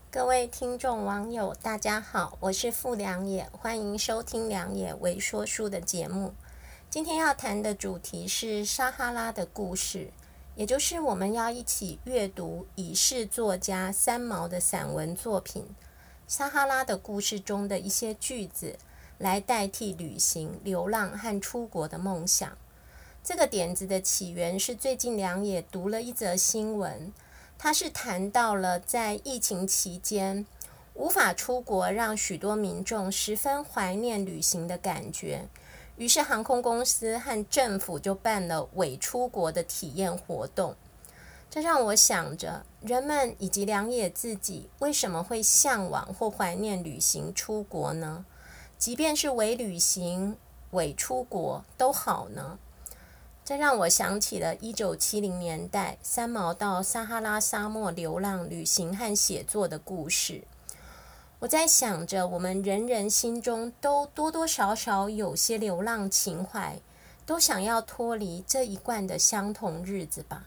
各位听众网友大家好，我是傅良也，欢迎收听良也微说书的节目。今天要谈的主题是撒哈拉的故事，也就是我们要一起阅读已逝作家三毛的散文作品《撒哈拉的故事》中的一些句子，来代替旅行、流浪和出国的梦想。这个点子的起源是最近良也读了一则新闻，它是谈到了在疫情期间无法出国，让许多民众十分怀念旅行的感觉。于是航空公司和政府就办了伪出国的体验活动。这让我想着，人们以及良也自己为什么会向往或怀念旅行出国呢？即便是伪旅行、伪出国都好呢？这让我想起了1970年代三毛到撒哈拉沙漠流浪、旅行和写作的故事。我在想着，我们人人心中都多多少少有些流浪情怀，都想要脱离这一贯的相同日子吧。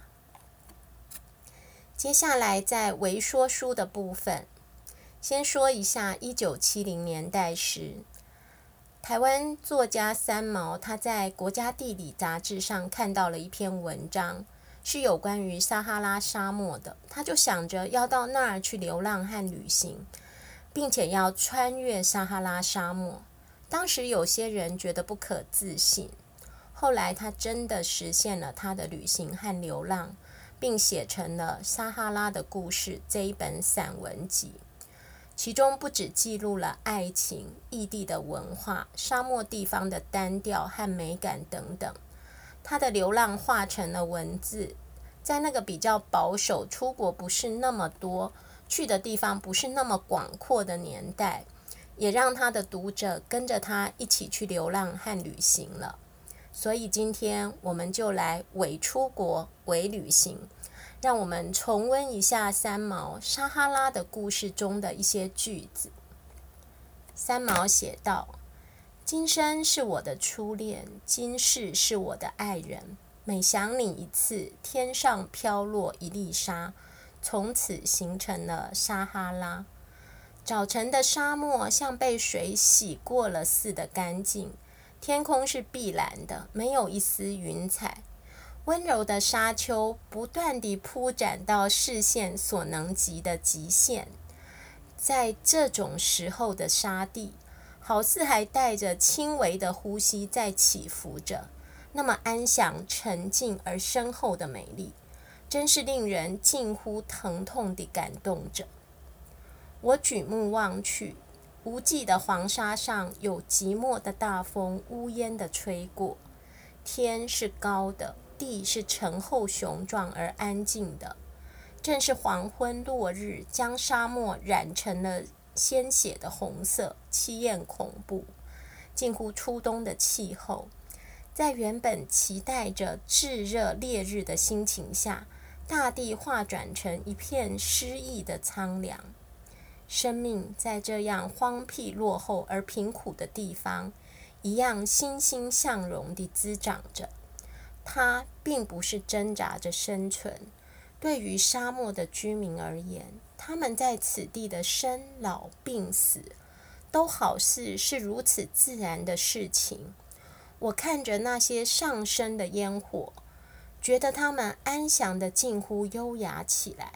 接下来在微说书的部分，先说一下1970年代时，台湾作家三毛他在《国家地理》杂志上看到了一篇文章，是有关于撒哈拉沙漠的。他就想着要到那儿去流浪和旅行，并且要穿越撒哈拉沙漠。当时有些人觉得不可置信，后来他真的实现了他的旅行和流浪，并写成了《撒哈拉的故事》这一本散文集。其中不只记录了爱情、异地的文化、沙漠地方的单调和美感等等，他的流浪化成了文字，在那个比较保守、出国不是那么多、去的地方不是那么广阔的年代，也让他的读者跟着他一起去流浪和旅行了。所以今天我们就来伪出国、伪旅行，让我们重温一下三毛撒哈拉的故事中的一些句子。三毛写道：今生是我的初恋，今世是我的爱人，每想你一次，天上飘落一粒沙，从此形成了撒哈拉。早晨的沙漠像被水洗过了似的干净，天空是碧蓝的，没有一丝云彩。温柔的沙丘不断地铺展到视线所能及的极限，在这种时候的沙地，好似还带着轻微的呼吸在起伏着，那么安详、沉静而深厚的美丽，真是令人近乎疼痛地感动着。我举目望去，无际的黄沙上有寂寞的大风呜咽地吹过，天是高的，地是沉厚雄壮而安静的，正是黄昏落日将沙漠染成了鲜血的红色，凄艳恐怖，近乎初冬的气候。在原本期待着炙热烈日的心情下，大地化转成一片诗意的苍凉。生命在这样荒僻落后而贫苦的地方，一样欣欣向荣地滋长着。它并不是挣扎着生存，对于沙漠的居民而言，他们在此地的生老病死都好似是如此自然的事情。我看着那些上升的烟火，觉得他们安详的近乎优雅起来。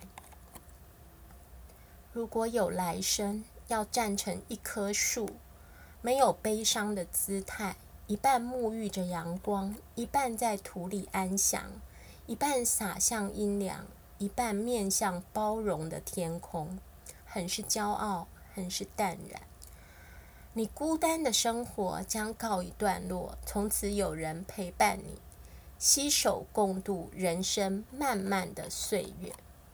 如果有来生，要站成一棵树，没有悲伤的姿态，一半沐浴着阳光，一半在土里安详，一半洒向阴凉，一半面向包容的天空，很是骄傲，很是淡然。你孤单的生活将告一段落，从此有人陪伴你，携手共度人生漫漫的岁月。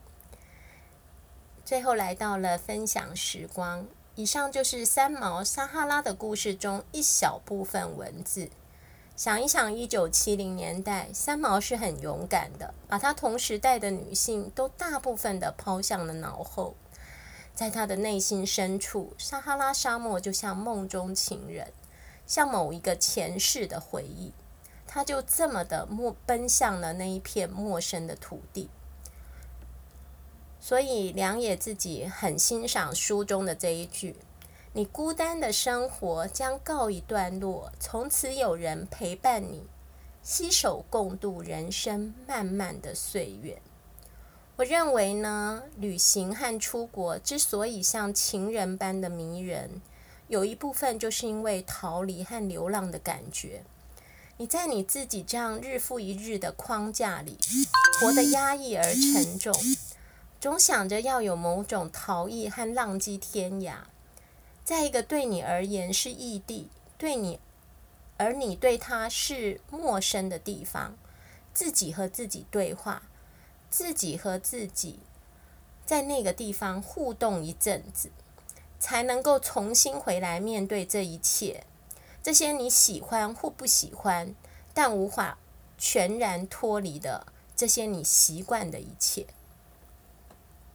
最后来到了分享时光，以上就是三毛撒哈拉的故事中一小部分文字。想一想1970年代，三毛是很勇敢的，把他同时代的女性都大部分的抛向了脑后。在他的内心深处，撒哈拉沙漠就像梦中情人，像某一个前世的回忆，他就这么的奔向了那一片陌生的土地。 所以良也自己很欣赏书中的这一句：你孤单的生活将告一段落，从此有人陪伴你，携手共度人生漫漫的岁月。我认为呢，旅行和出国之所以像情人般的迷人，有一部分就是因为逃离和流浪的感觉。你在你自己这样日复一日的框架里，活得压抑而沉重，总想着要有某种逃逸和浪迹天涯，在一个对你而言是异地，而你对他是陌生的地方，自己和自己对话，自己和自己在那个地方互动一阵子，才能够重新回来面对这一切，这些你喜欢或不喜欢，但无法全然脱离的这些你习惯的一切。